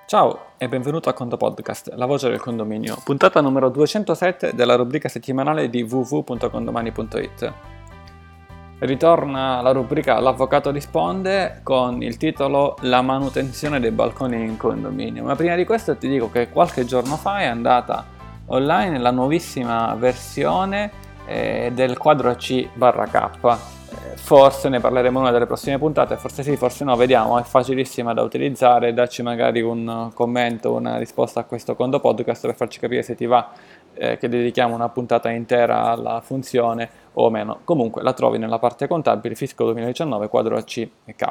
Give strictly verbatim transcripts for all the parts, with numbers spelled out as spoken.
Ciao e benvenuto a Condo Podcast, la voce del condominio, puntata numero duecentosette della rubrica settimanale di w w w punto condomani punto i t. Ritorna la rubrica L'Avvocato risponde con il titolo La manutenzione dei balconi in condominio, ma prima di questo ti dico che qualche giorno fa è andata online la nuovissima versione eh, del quadro C barra K. Forse ne parleremo in una delle prossime puntate, forse sì, forse no, vediamo, è facilissima da utilizzare, dacci magari un commento, una risposta a questo Condo Podcast per farci capire se ti va eh, che dedichiamo una puntata intera alla funzione o meno. Comunque la trovi nella parte contabile, fisco duemiladiciannove, quadro C e K.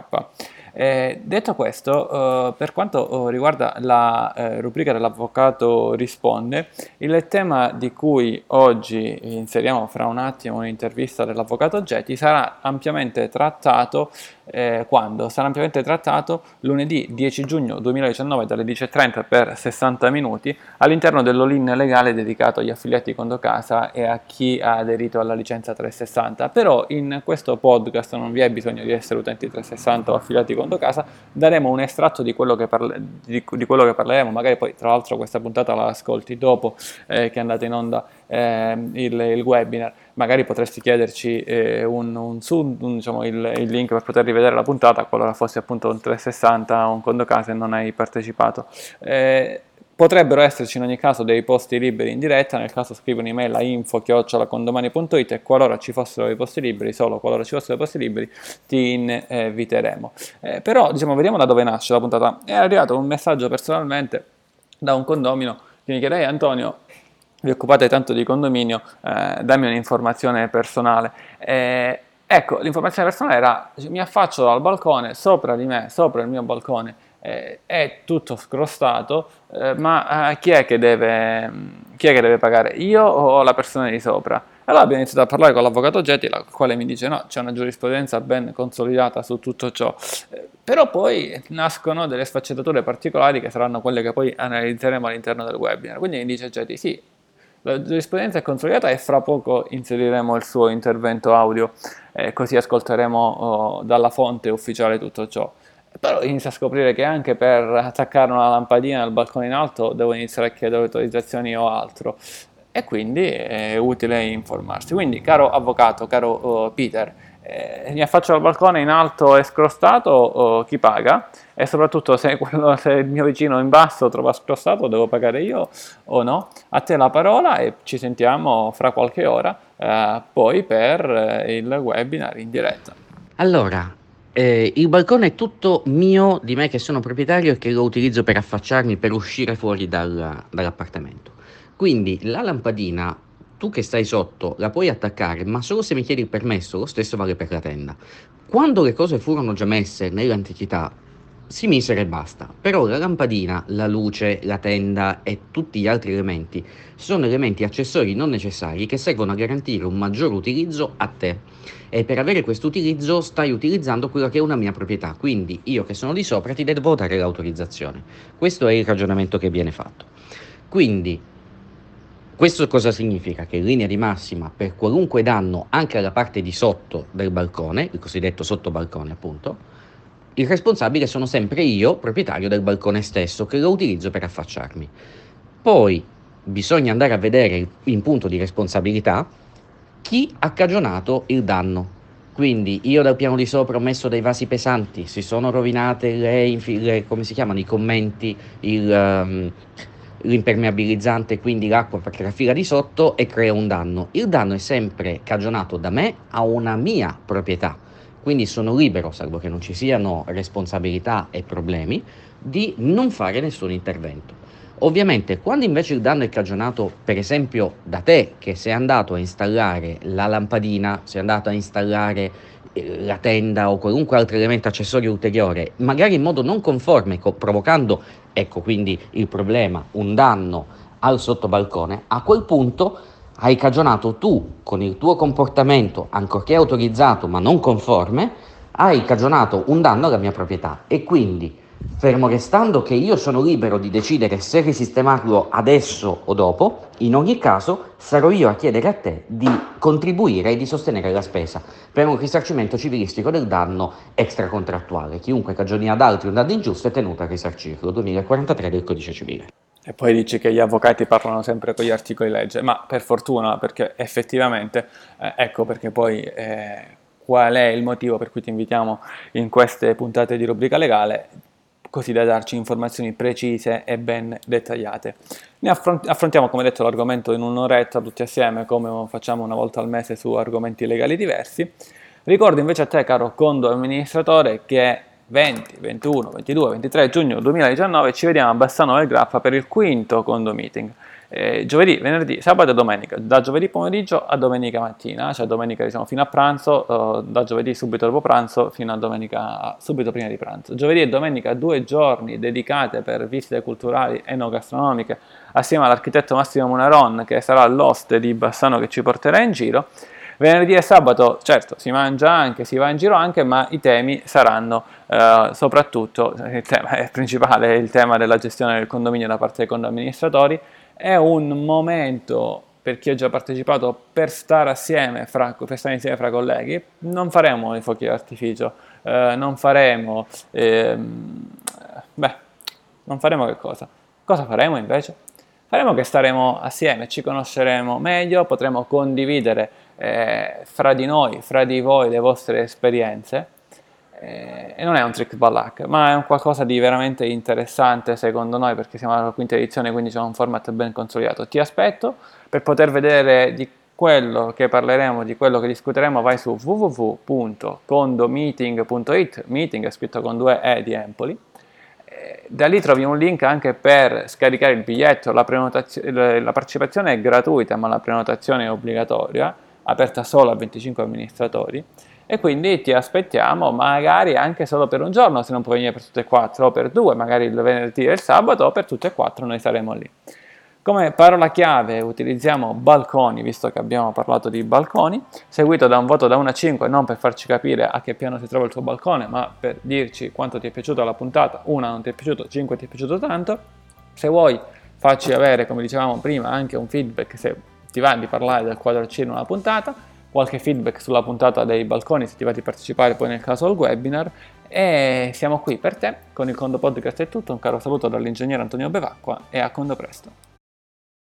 Eh, detto questo, eh, per quanto riguarda la eh, rubrica dell'Avvocato risponde, il tema di cui oggi inseriamo fra un attimo un'intervista dell'Avvocato Getti sarà ampiamente trattato eh, quando? Sarà ampiamente trattato lunedì dieci giugno duemiladiciannove dalle dieci e trenta per sessanta minuti all'interno dell'all-in legale dedicato agli affiliati Condo Casa e a chi ha aderito alla licenza trecentosessanta. Però in questo podcast non vi è bisogno di essere utenti trecentosessanta o affiliati Condo Casa, daremo un estratto di quello che, parle- di, di quello che parleremo, magari poi tra l'altro questa puntata la ascolti dopo eh, che è andata in onda eh, il, il webinar, magari potresti chiederci eh, un, un, un, diciamo, il, il link per poter rivedere la puntata qualora fossi appunto un trecentosessanta o un Condo Casa e non hai partecipato. Eh, Potrebbero esserci in ogni caso dei posti liberi in diretta, nel caso scrivi un'email a info chiocciola condomani punto i t e qualora ci fossero dei posti liberi, solo qualora ci fossero dei posti liberi, ti inviteremo. Eh, però, diciamo, vediamo da dove nasce la puntata. È arrivato un messaggio personalmente da un condomino che mi chiede: Antonio, vi occupate tanto di condominio, eh, dammi un'informazione personale. Eh, ecco, l'informazione personale era: mi affaccio dal balcone, sopra di me, sopra il mio balcone, eh, è tutto scrostato, eh, ma eh, chi è che deve, chi è che deve pagare? Io o la persona di sopra? Allora abbiamo iniziato a parlare con l'avvocato Getti, il quale mi dice: no, c'è una giurisprudenza ben consolidata su tutto ciò. Eh, però poi nascono delle sfaccettature particolari che saranno quelle che poi analizzeremo all'interno del webinar. Quindi mi dice Getti: sì, la giurisprudenza è consolidata e fra poco inseriremo il suo intervento audio, eh, così ascolteremo oh, dalla fonte ufficiale tutto ciò. Però inizia a scoprire che anche per attaccare una lampadina al balcone in alto devo iniziare a chiedere autorizzazioni o altro, e quindi è utile informarsi. Quindi, caro avvocato, caro uh, Peter, eh, mi affaccio al balcone in alto e scrostato, uh, chi paga? E soprattutto se, quello, se il mio vicino in basso trova scrostato, devo pagare io o no? A te la parola e ci sentiamo fra qualche ora uh, poi per uh, il webinar in diretta. Allora, eh, il balcone è tutto mio, di me che sono proprietario e che lo utilizzo per affacciarmi, per uscire fuori dal- dall'appartamento. Quindi la lampadina, tu che stai sotto, la puoi attaccare, ma solo se mi chiedi il permesso. Lo stesso vale per la tenda. Quando le cose furono già messe nell'antichità, si misero e basta. Però la lampadina, la luce, la tenda e tutti gli altri elementi sono elementi accessori non necessari che servono a garantire un maggior utilizzo a te. E per avere questo utilizzo stai utilizzando quella che è una mia proprietà, quindi io che sono di sopra ti devo dare l'autorizzazione. Questo è il ragionamento che viene fatto. Quindi questo cosa significa? Che in linea di massima per qualunque danno anche alla parte di sotto del balcone, il cosiddetto sottobalcone appunto, il responsabile sono sempre io, proprietario del balcone stesso, che lo utilizzo per affacciarmi. Poi bisogna andare a vedere in punto di responsabilità chi ha cagionato il danno. Quindi io dal piano di sopra ho messo dei vasi pesanti, si sono rovinate le, infi- le come si chiamano, i commenti, il, um, l'impermeabilizzante, quindi l'acqua perché la fila di sotto e crea un danno. Il danno è sempre cagionato da me a una mia proprietà, quindi sono libero, salvo che non ci siano responsabilità e problemi, di non fare nessun intervento. Ovviamente, quando invece il danno è cagionato, per esempio, da te che sei andato a installare la lampadina, sei andato a installare eh, la tenda o qualunque altro elemento accessorio ulteriore, magari in modo non conforme, co- provocando, ecco quindi il problema, un danno al sottobalcone, a quel punto hai cagionato tu con il tuo comportamento, ancorché autorizzato ma non conforme, hai cagionato un danno alla mia proprietà e quindi Fermo restando che io sono libero di decidere se risistemarlo adesso o dopo, in ogni caso sarò io a chiedere a te di contribuire e di sostenere la spesa per un risarcimento civilistico del danno extracontrattuale. Chiunque cagioni ad altri un danno ingiusto è tenuto a risarcirlo. duemilaquarantatré del Codice Civile. E poi dici che gli avvocati parlano sempre con gli articoli legge, ma per fortuna, perché effettivamente, eh, ecco perché poi eh, qual è il motivo per cui ti invitiamo in queste puntate di rubrica legale, così da darci informazioni precise e ben dettagliate. Ne affront- affrontiamo, come detto, l'argomento in un'oretta tutti assieme, come facciamo una volta al mese su argomenti legali diversi. Ricordo invece a te, caro condo amministratore, che venti, ventuno, ventidue, ventitré giugno duemiladiciannove ci vediamo a Bassano del Grappa per il quinto condo meeting. Eh, giovedì, venerdì, sabato e domenica, da giovedì pomeriggio a domenica mattina, cioè domenica diciamo fino a pranzo, eh, da giovedì subito dopo pranzo fino a domenica subito prima di pranzo. Giovedì e domenica due giorni dedicate per visite culturali e enogastronomiche assieme all'architetto Massimo Munaron, che sarà l'host di Bassano che ci porterà in giro. Venerdì e sabato, certo, si mangia anche, si va in giro anche, ma i temi saranno eh, soprattutto, il tema è principale, il tema della gestione del condominio da parte dei condo amministratori. È un momento per chi ha già partecipato per stare assieme, fra, per stare insieme fra colleghi. Non faremo i fuochi d'artificio, eh, non faremo, ehm, beh, non faremo che cosa? Cosa faremo invece? Faremo che staremo assieme, ci conosceremo meglio, potremo condividere eh, fra di noi, fra di voi le vostre esperienze. Eh, e non è un trick ballack, ma è un qualcosa di veramente interessante secondo noi, perché siamo alla quinta edizione, quindi c'è un format ben consolidato. Ti aspetto. Per poter vedere di quello che parleremo, di quello che discuteremo, vai su w w w punto condomeeting punto it, meeting è scritto con due E di Empoli. Da lì trovi un link anche per scaricare il biglietto. La, la partecipazione è gratuita, ma la prenotazione è obbligatoria, aperta solo a venticinque amministratori, e quindi ti aspettiamo magari anche solo per un giorno, se non puoi venire per tutte e quattro, o per due, magari il venerdì e il sabato, o per tutte e quattro noi saremo lì. Come parola chiave utilizziamo balconi, visto che abbiamo parlato di balconi, seguito da un voto da uno a cinque, non per farci capire a che piano si trova il tuo balcone, ma per dirci quanto ti è piaciuta la puntata. Una non ti è piaciuto, cinque ti è piaciuto tanto. Se vuoi facci avere, come dicevamo prima, anche un feedback se ti va di parlare del quadrocino una puntata, qualche feedback sulla puntata dei balconi se ti va di partecipare poi nel caso al webinar, e siamo qui per te. Con il Condo Podcast è tutto, un caro saluto dall'ingegnere Antonio Bevacqua e a condo presto.